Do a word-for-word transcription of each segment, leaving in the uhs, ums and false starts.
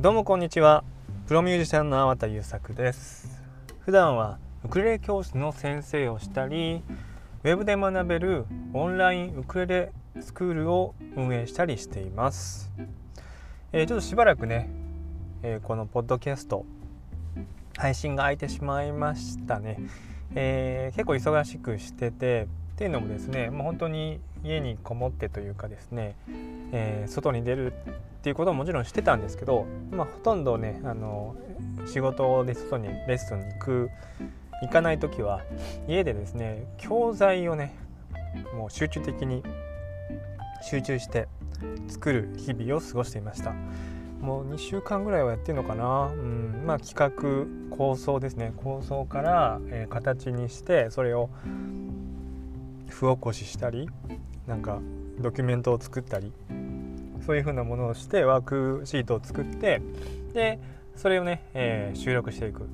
どうもこんにちは。プロミュージシャンの粟田優作です。普段はウクレレ教室の先生をしたり、ウェブで学べるオンラインウクレレスクールを運営したりしています。えー、ちょっとしばらくね、えー、このポッドキャスト配信が空いてしまいましたね。えー、結構忙しくしててっていうのもですね、もう本当に家にこもってというかですね、えー、外に出るっていうことももちろんしてたんですけど、まあ、ほとんどねあの仕事で外にレッスンに行く行かないときは家でですね教材をねもう集中的に集中して作る日々を過ごしていました。もうにしゅうかんぐらいはやってるのかな、うん、まあ企画構想ですね構想から、えー、形にしてそれを譜起こししたりなんかドキュメントを作ったりそういう風なものをしてワークシートを作ってでそれをね、えー、収録していく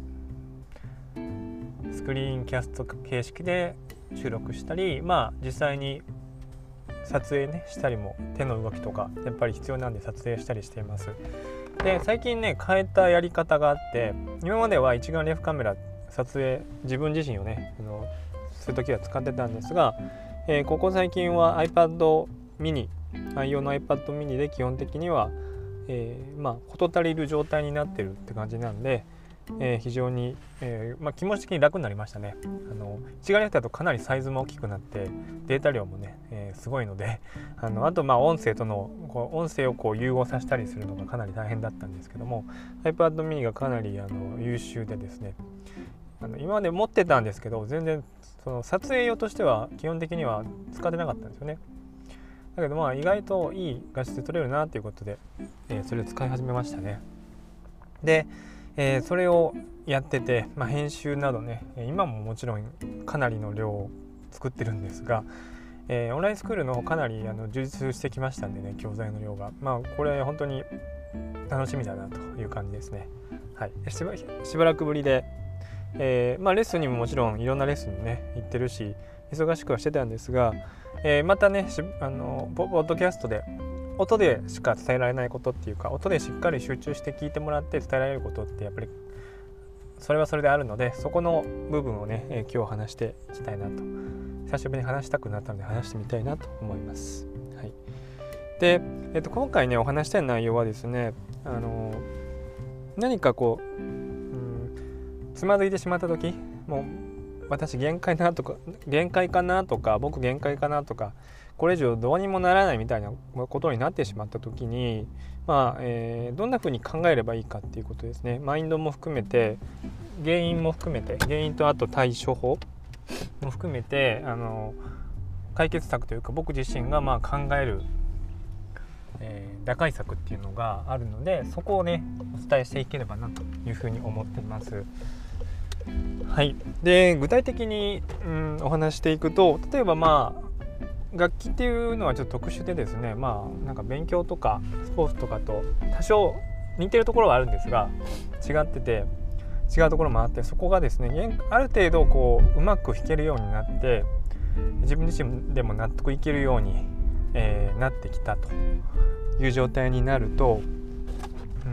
スクリーンキャスト形式で収録したりまあ実際に撮影ねしたりも手の動きとかやっぱり必要なんで撮影したりしています。で最近ね変えたやり方があって今までは一眼レフカメラ撮影自分自身をねあのするときは使ってたんですが、えー、ここ最近は iPad mini 愛用の iPad mini で基本的には、えー、まあ事足りる状態になってるって感じなんで、えー、非常に、えーまあ、気持ち的に楽になりましたね。あの一眼レフだとかなりサイズも大きくなってデータ量もね、えー、すごいので あのあとまあ音声とのこう音声をこう融合させたりするのがかなり大変だったんですけども iPad mini がかなりあの優秀でですねあの今まで持ってたんですけど全然その撮影用としては基本的には使ってなかったんですよね。だけどまあ意外といい画質撮れるなということで、えー、それを使い始めましたね。で、えー、それをやってて、まあ、編集などね今ももちろんかなりの量を作ってるんですが、えー、オンラインスクールの方かなりあの充実してきましたんでね教材の量がまあこれ本当に楽しみだなという感じですね。はい、しば、しばらくぶりでえーまあ、レッスンにももちろんいろんなレッスンにね行ってるし忙しくはしてたんですが、えー、またねあのポッドキャストで音でしか伝えられないことっていうか音でしっかり集中して聞いてもらって伝えられることってやっぱりそれはそれであるのでそこの部分をね、えー、今日話していきたいなと久しぶりに話したくなったので話してみたいなと思います。はい、で、えーと、今回ねお話したい内容はですねあの何かこうつまずいてしまった時もう私限界だなとか限界かなとか僕限界かなとかこれ以上どうにもならないみたいなことになってしまった時にまあ、えー、どんな風に考えればいいかっていうことですね。マインドも含めて原因も含めて原因とあと対処法も含めてあの解決策というか僕自身がまあ考える、えー、打開策っていうのがあるのでそこをねお伝えしていければなというふうに思っています。はい、で具体的に、うん、お話していくと例えばまあ楽器っていうのはちょっと特殊でですねまあなんか勉強とかスポーツとかと多少似てるところはあるんですが違ってて違うところもあってそこがですねある程度こううまく弾けるようになって自分自身でも納得いけるように、えー、なってきたという状態になると、うん、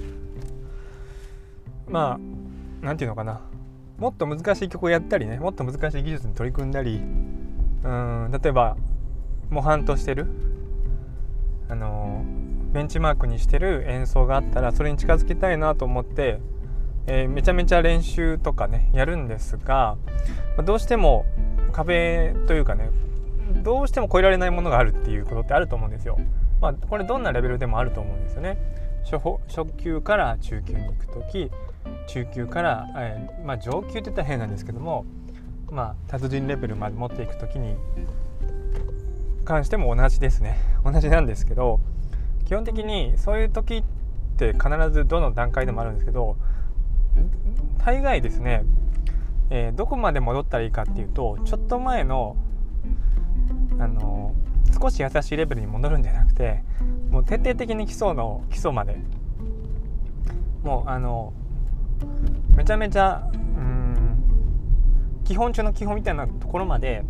まあなんていうのかなもっと難しい曲をやったりねもっと難しい技術に取り組んだりうん例えば模範としてるあのベンチマークにしてる演奏があったらそれに近づきたいなと思って、えー、めちゃめちゃ練習とかねやるんですがどうしても壁というかねどうしても超えられないものがあるっていうことってあると思うんですよ。まあこれどんなレベルでもあると思うんですよね。初, 初級から中級に行くとき中級から、えーまあ、上級って言ったら変なんですけども、まあ、達人レベルまで持っていくときに関しても同じですね同じなんですけど基本的にそういう時って必ずどの段階でもあるんですけど大概ですね、えー、どこまで戻ったらいいかっていうとちょっと前の、あのー、少し優しいレベルに戻るんじゃなくてもう徹底的に基礎の基礎までもうあのめちゃめちゃうーん基本中の基本みたいなところまで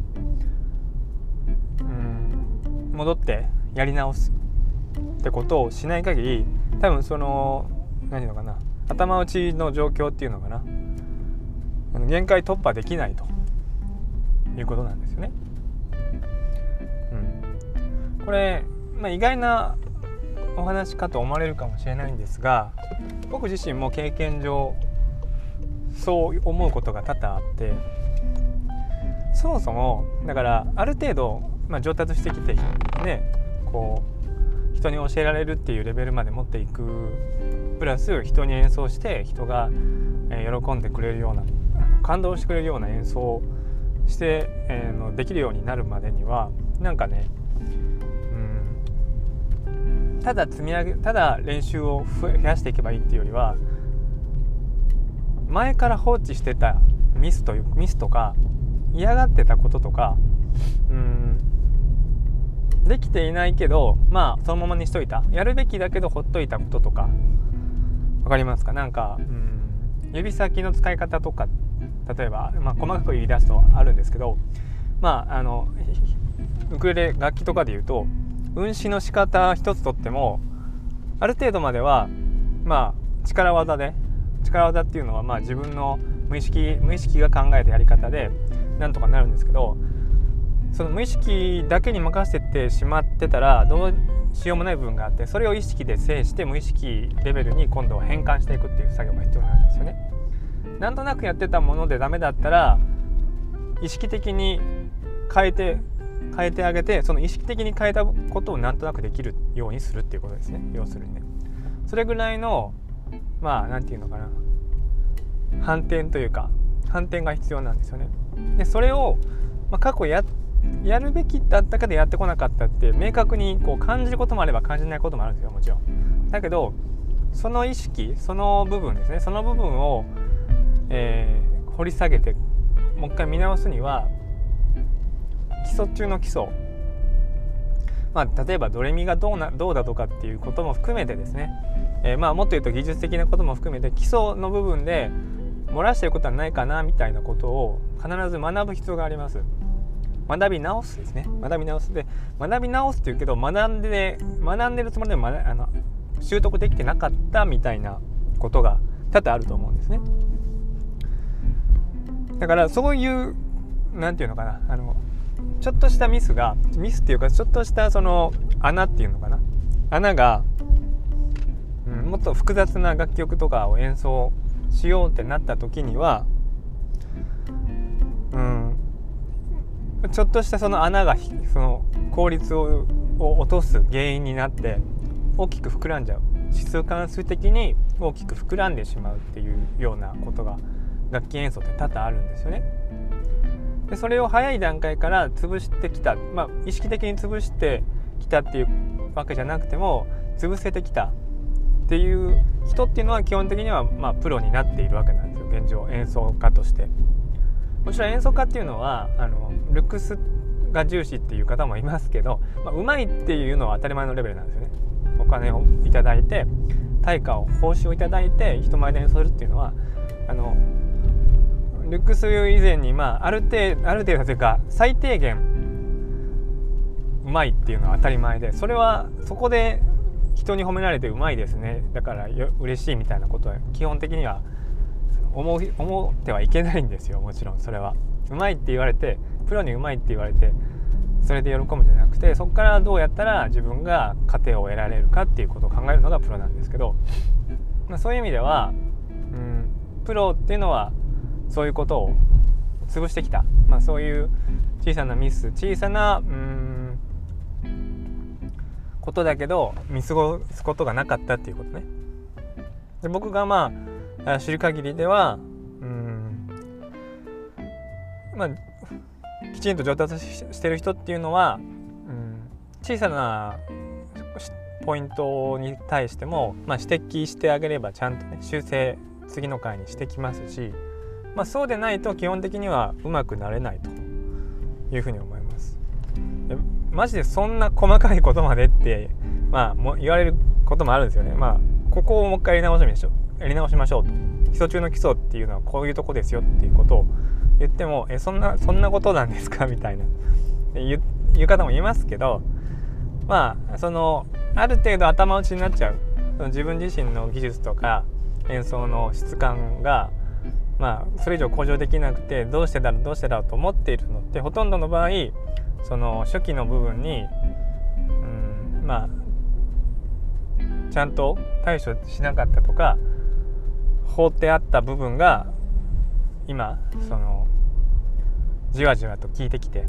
うーん戻ってやり直すってことをしない限り多分その何のかな頭打ちの状況っていうのかな限界突破できないということなんですよね。うん、これ、まあ、意外なお話かと思われるかもしれないんですが、僕自身も経験上そう思うことが多々あって、そもそもだからある程度、まあ、上達してきてねこう人に教えられるっていうレベルまで持っていくプラス人に演奏して人が喜んでくれるような感動してくれるような演奏をして、えー、のできるようになるまでにはなんかね、うん、ただ積み上げただ練習を増やしていけばいいっていうよりは、前から放置してたミスというミスとか嫌がってたこととか、うんできていないけどまあそのままにしといた、やるべきだけどほっといたこととかわかりますか？なんか、うん、指先の使い方とか例えば、まあ、細かく言い出すとあるんですけど、まああのウクレレ楽器とかで言うと運指の仕方一つとってもある程度まではまあ力技で力技っていうのはまあ自分の無意識無意識が考えたやり方でなんとかなるんですけど、その無意識だけに任せてしまってたらどうしようもない部分があって、それを意識で制して無意識レベルに今度は変換していくっていう作業が必要なんですよね。なんとなくやってたものでダメだったら意識的に変えて変えてあげて、その意識的に変えたことをなんとなくできるようにするっていうことですね。要するにね、それぐらいのまあなんていうのかな反転というか反転が必要なんですよね。でそれを、まあ、過去ややるべきだったけどやってこなかったって明確にこう感じることもあれば感じないこともあるんですよ、もちろん。だけどその意識その部分ですね、その部分を、えー、掘り下げてもう一回見直すには基礎中の基礎、まあ、例えばドレミがどうなどうだとかっていうことも含めてですね、えー、まあもっと言うと技術的なことも含めて基礎の部分で漏らしていることはないかなみたいなことを必ず学ぶ必要があります。学び直すですね。学び直すで学び直すっていうけど学んで学んでるつもりでもあの習得できてなかったみたいなことが多々あると思うんですね。だからそういうなんていうのかなあのちょっとしたミスがミスっていうかちょっとしたその穴っていうのかな穴が、うん、もっと複雑な楽曲とかを演奏しようってなった時には、うん、ちょっとしたその穴がその効率を、を落とす原因になって大きく膨らんじゃう、指数関数的に大きく膨らんでしまうっていうようなことが楽器演奏って多々あるんですよね。でそれを早い段階から潰してきた、まあ、意識的に潰してきたっていうわけじゃなくても潰せてきたっていう人っていうのは基本的にはまあプロになっているわけなんですよ、現状演奏家として。もちろん演奏家っていうのはあのルックスが重視っていう方もいますけど、まあ、うまいっていうのは当たり前のレベルなんですよね。お金をいただいて対価を報酬をいただいて人前で演奏するっていうのはあのルックス以前に、まあ、ある程度ある程度というか最低限うまいっていうのは当たり前で、それはそこで人に褒められてうまいですねだからよ嬉しいみたいなことは基本的には思う思ってはいけないんですよ。もちろんそれはうまいって言われてプロにうまいって言われてそれで喜ぶんじゃなくて、そこからどうやったら自分が糧を得られるかっていうことを考えるのがプロなんですけど、まあ、そういう意味では、うん、プロっていうのはそういうことを潰してきた、まあ、そういう小さなミス小さなうーんことだけど見過ごすことがなかったっていうことね。で僕がまあ知る限りではうーん、まあ、きちんと上達してる人っていうのは、うん、小さなポイントに対しても、まあ、指摘してあげればちゃんとね修正次の回にしてきますし、まあ、そうでないと基本的にはうまくなれないというふうに思います。マジでそんな細かいことまでって、まあ、も言われることもあるんですよね。まあ、ここをもう一回やり直しましょうやり直しましょうと、基礎中の基礎っていうのはこういうとこですよっていうことを言ってもえそんなそんなことなんですかみたいな言う、言う方もいますけど、まあそのある程度頭打ちになっちゃうその自分自身の技術とか演奏の質感がまあそれ以上向上できなくて、どうしてだろうどうしてだろうと思っているのって、ほとんどの場合その初期の部分に、うん、まあちゃんと対処しなかったとか放ってあった部分が今そのじわじわと効いてきて、うん、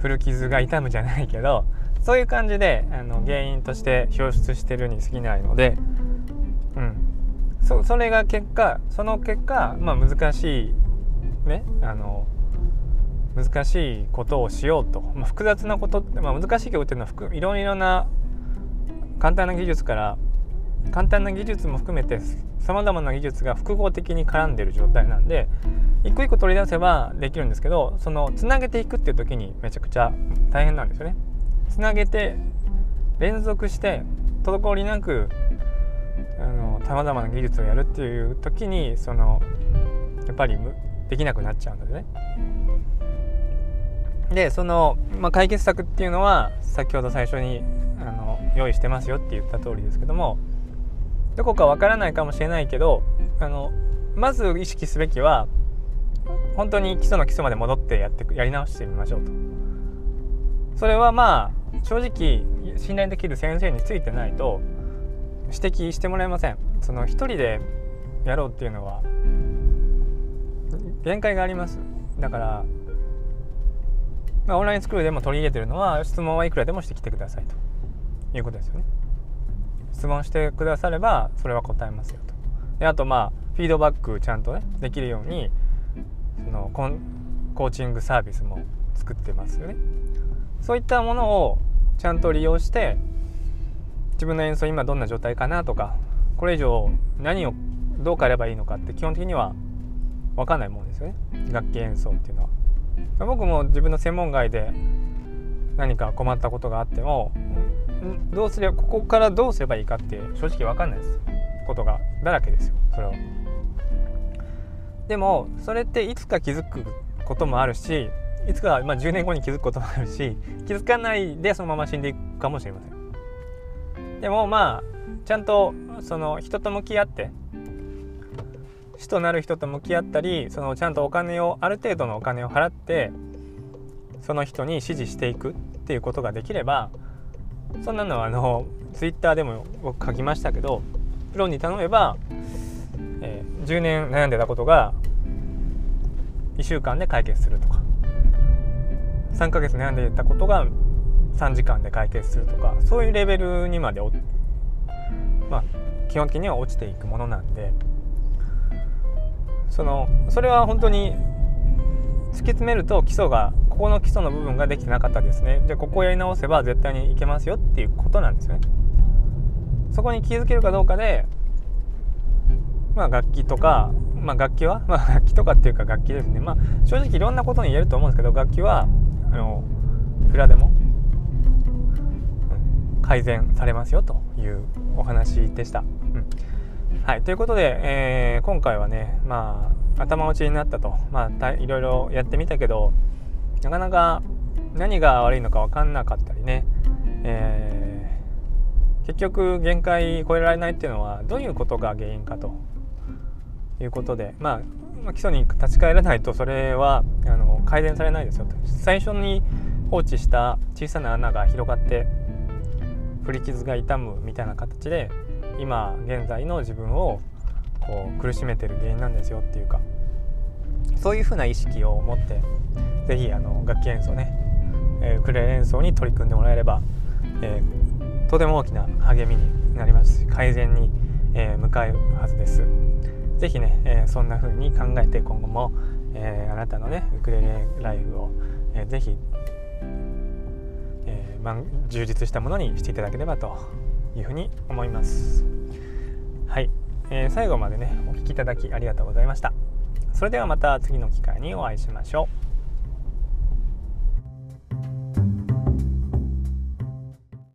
古傷が痛むじゃないけど、そういう感じであの原因として表出してるに過ぎないので、うん、そ, それが結果その結果、まあ、難しいねあの難しいことをしようと、まあ、複雑なことって、まあ、難しい曲っていうのはいろいろな簡単な技術から簡単な技術も含めてさまざまな技術が複合的に絡んでいる状態なんで、一個一個取り出せばできるんですけど、そのつなげていくっていう時にめちゃくちゃ大変なんですよね。つなげて連続して滞りなくさまざまな技術をやるっていう時にそのやっぱりできなくなっちゃうのでね。でその、まあ、解決策っていうのは先ほど最初にあの用意してますよって言った通りですけども、どこかわからないかもしれないけど、あのまず意識すべきは本当に基礎の基礎まで戻ってやってやり直してみましょうと。それはまあ正直信頼できる先生についてないと指摘してもらえません。その一人でやろうっていうのは限界があります。だから、まあ、オンラインスクールでも取り入れてるのは質問はいくらでもしてきてくださいということですよね。質問してくださればそれは答えますよと。であとまあフィードバックちゃんとねできるようにそのコンコーチングサービスも作ってますよね。そういったものをちゃんと利用して自分の演奏今どんな状態かなとか、これ以上何をどう変えればいいのかって基本的には分かんないもんですよね、楽器演奏っていうのは。僕も自分の専門外で何か困ったことがあってもどうすればここからどうすればいいかって正直分かんないですことがだらけですよ。それをでもそれっていつか気づくこともあるし、いつかまあじゅうねんごに気づくこともあるし、気づかないでそのまま死んでいくかもしれません。でもまあちゃんとその人と向き合って師となる人と向き合ったり、そのちゃんとお金をある程度のお金を払ってその人に指示していくっていうことができれば、そんなのはあのツイッターでも僕書きましたけど、プロに頼めば、えー、じゅうねん悩んでたことがいっしゅうかんで解決するとか、さんかげつ悩んでいたことがさんじかんで解決するとか、そういうレベルにまでまあ基本的には落ちていくものなんで、そのそれは本当に突き詰めると基礎がここの基礎の部分ができてなかったですね、じゃあここをやり直せば絶対にいけますよっていうことなんですよね。そこに気づけるかどうかで、まあ楽器とか、まあ楽器は、まあ楽器とかっていうか楽器ですね。まあ正直いろんなことに言えると思うんですけど、楽器はあのいくらでも、うん、改善されますよというお話でした。うん、はい、ということで、えー、今回はね、まあ頭打ちになったと、まあいろいろやってみたけど、なかなか何が悪いのか分かんなかったりね、えー、結局限界超えられないっていうのはどういうことが原因かということで、まあ基礎に立ち返らないとそれはあの改善されないですよと。最初に放置した小さな穴が広がって振り傷が痛むみたいな形で今現在の自分をこう苦しめてる原因なんですよっていうか、そういうふうな意識を持ってぜひあの楽器演奏ね、えー、ウクレレ演奏に取り組んでもらえれば、えー、とても大きな励みになりますし、改善に、えー、向かうはずです。ぜひね、えー、そんな風に考えて今後も、えー、あなたのねウクレレライフを、えー、ぜひ、えーま、充実したものにしていただければというふうに思います。はい、えー、最後までねお聞きいただきありがとうございました。それではまた次の機会にお会いしましょう。